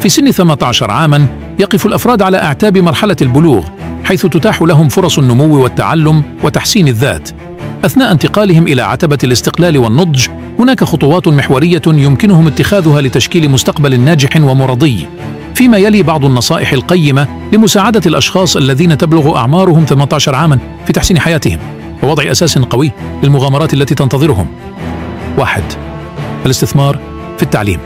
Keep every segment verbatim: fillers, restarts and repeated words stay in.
في سن ثمانية عشر عاما يقف الأفراد على أعتاب مرحلة البلوغ، حيث تتاح لهم فرص النمو والتعلم وتحسين الذات. أثناء انتقالهم إلى عتبة الاستقلال والنضج، هناك خطوات محورية يمكنهم اتخاذها لتشكيل مستقبل ناجح ومرضي. فيما يلي بعض النصائح القيمة لمساعدة الأشخاص الذين تبلغ أعمارهم ثمانية عشر عاما في تحسين حياتهم ووضع أساس قوي للمغامرات التي تنتظرهم. واحد، الاستثمار في التعليم.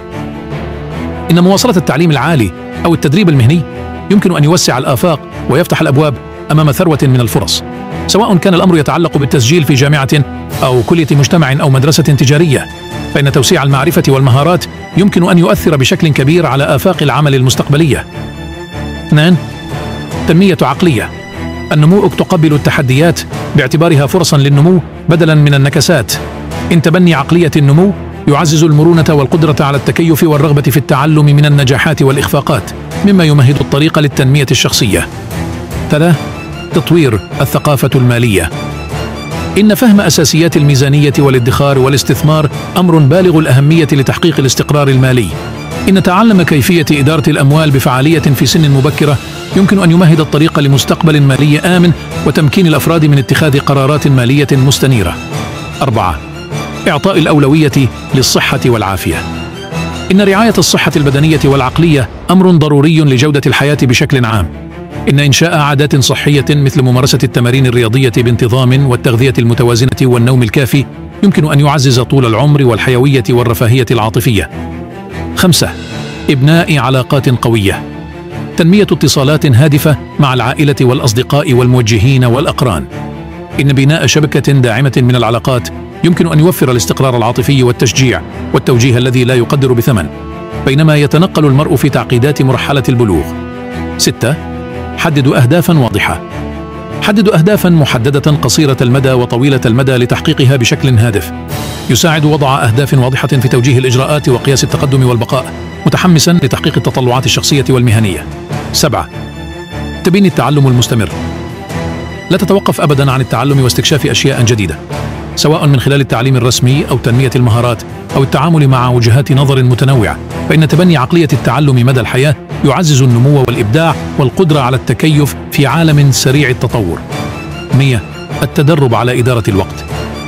إن مواصلة التعليم العالي أو التدريب المهني يمكن أن يوسع الآفاق ويفتح الأبواب أمام ثروة من الفرص، سواء كان الأمر يتعلق بالتسجيل في جامعة أو كلية مجتمع أو مدرسة تجارية، فإن توسيع المعرفة والمهارات يمكن أن يؤثر بشكل كبير على آفاق العمل المستقبلية. اثنان، تنمية عقلية. النمو تقبل التحديات باعتبارها فرصا للنمو بدلا من النكسات. إن تبني عقلية النمو يعزز المرونة والقدرة على التكيف والرغبة في التعلم من النجاحات والإخفاقات، مما يمهد الطريق للتنمية الشخصية. ثلاث، تطوير الثقافة المالية. إن فهم أساسيات الميزانية والادخار والاستثمار أمر بالغ الأهمية لتحقيق الاستقرار المالي. إن تعلم كيفية إدارة الأموال بفعالية في سن مبكرة يمكن أن يمهد الطريق لمستقبل مالي آمن وتمكين الأفراد من اتخاذ قرارات مالية مستنيرة. أربعة، إعطاء الأولوية للصحة والعافية. إن رعاية الصحة البدنية والعقلية أمر ضروري لجودة الحياة بشكل عام. إن إنشاء عادات صحية مثل ممارسة التمارين الرياضية بانتظام والتغذية المتوازنة والنوم الكافي يمكن أن يعزز طول العمر والحيوية والرفاهية العاطفية. خمسة، إبناء علاقات قوية. تنمية اتصالات هادفة مع العائلة والأصدقاء والموجهين والأقران. إن بناء شبكة داعمة من العلاقات يمكن أن يوفر الاستقرار العاطفي والتشجيع والتوجيه الذي لا يقدر بثمن، بينما يتنقل المرء في تعقيدات مرحلة البلوغ. ستة، حددوا أهدافا واضحة. حددوا أهدافا محددة قصيرة المدى وطويلة المدى لتحقيقها بشكل هادف. يساعد وضع أهداف واضحة في توجيه الإجراءات وقياس التقدم والبقاء، متحمسا لتحقيق التطلعات الشخصية والمهنية. سبعة، تبني التعلم المستمر. لا تتوقف أبدا عن التعلم واستكشاف أشياء جديدة، سواء من خلال التعليم الرسمي أو تنمية المهارات أو التعامل مع وجهات نظر متنوعة، فإن تبني عقلية التعلم مدى الحياة يعزز النمو والإبداع والقدرة على التكيف في عالم سريع التطور. مئة، التدرب على إدارة الوقت.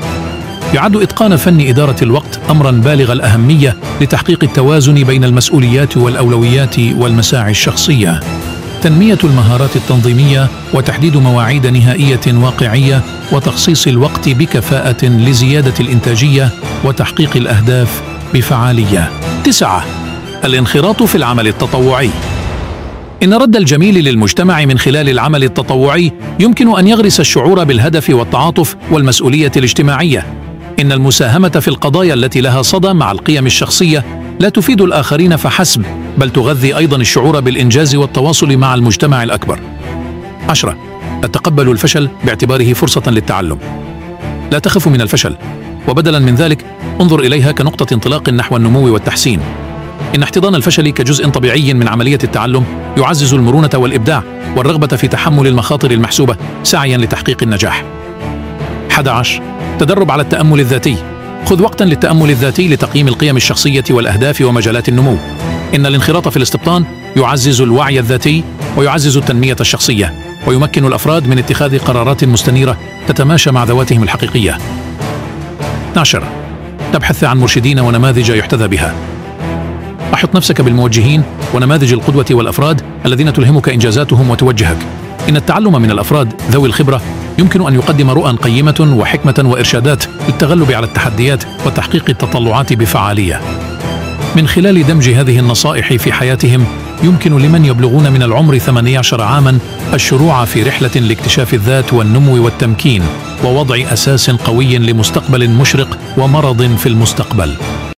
يعد إتقان فن إدارة الوقت أمرا بالغ الأهمية لتحقيق التوازن بين المسؤوليات والأولويات والمساعي الشخصية. تنمية المهارات التنظيمية وتحديد مواعيد نهائية واقعية وتخصيص الوقت بكفاءة لزيادة الإنتاجية وتحقيق الأهداف بفعالية. تسعة، الانخراط في العمل التطوعي. إن رد الجميل للمجتمع من خلال العمل التطوعي يمكن أن يغرس الشعور بالهدف والتعاطف والمسؤولية الاجتماعية. إن المساهمة في القضايا التي لها صدى مع القيم الشخصية لا تفيد الآخرين فحسب، بل تغذي أيضا الشعور بالإنجاز والتواصل مع المجتمع الأكبر. عشرة، تقبل الفشل باعتباره فرصة للتعلم. لا تخف من الفشل، وبدلا من ذلك انظر إليها كنقطة انطلاق نحو النمو والتحسين. إن احتضان الفشل كجزء طبيعي من عملية التعلم يعزز المرونة والإبداع والرغبة في تحمل المخاطر المحسوبة سعيا لتحقيق النجاح. أحد عشر، تدرب على التأمل الذاتي. خذ وقتا للتأمل الذاتي لتقييم القيم الشخصية والأهداف ومجالات النمو. إن الانخراط في الاستبطان يعزز الوعي الذاتي ويعزز التنمية الشخصية ويمكن الأفراد من اتخاذ قرارات مستنيرة تتماشى مع ذواتهم الحقيقية. اثني عشر، تبحث عن مرشدين ونماذج يحتذى بها. أحط نفسك بالموجهين ونماذج القدوة والأفراد الذين تلهمك إنجازاتهم وتوجهك. إن التعلم من الأفراد ذوي الخبرة يمكن أن يقدم رؤى قيمة وحكمة وإرشادات للتغلب على التحديات وتحقيق التطلعات بفعالية. من خلال دمج هذه النصائح في حياتهم يمكن لمن يبلغون من العمر ثمانية عشر عاما الشروع في رحلة لاكتشاف الذات والنمو والتمكين ووضع أساس قوي لمستقبل مشرق ومرض في المستقبل.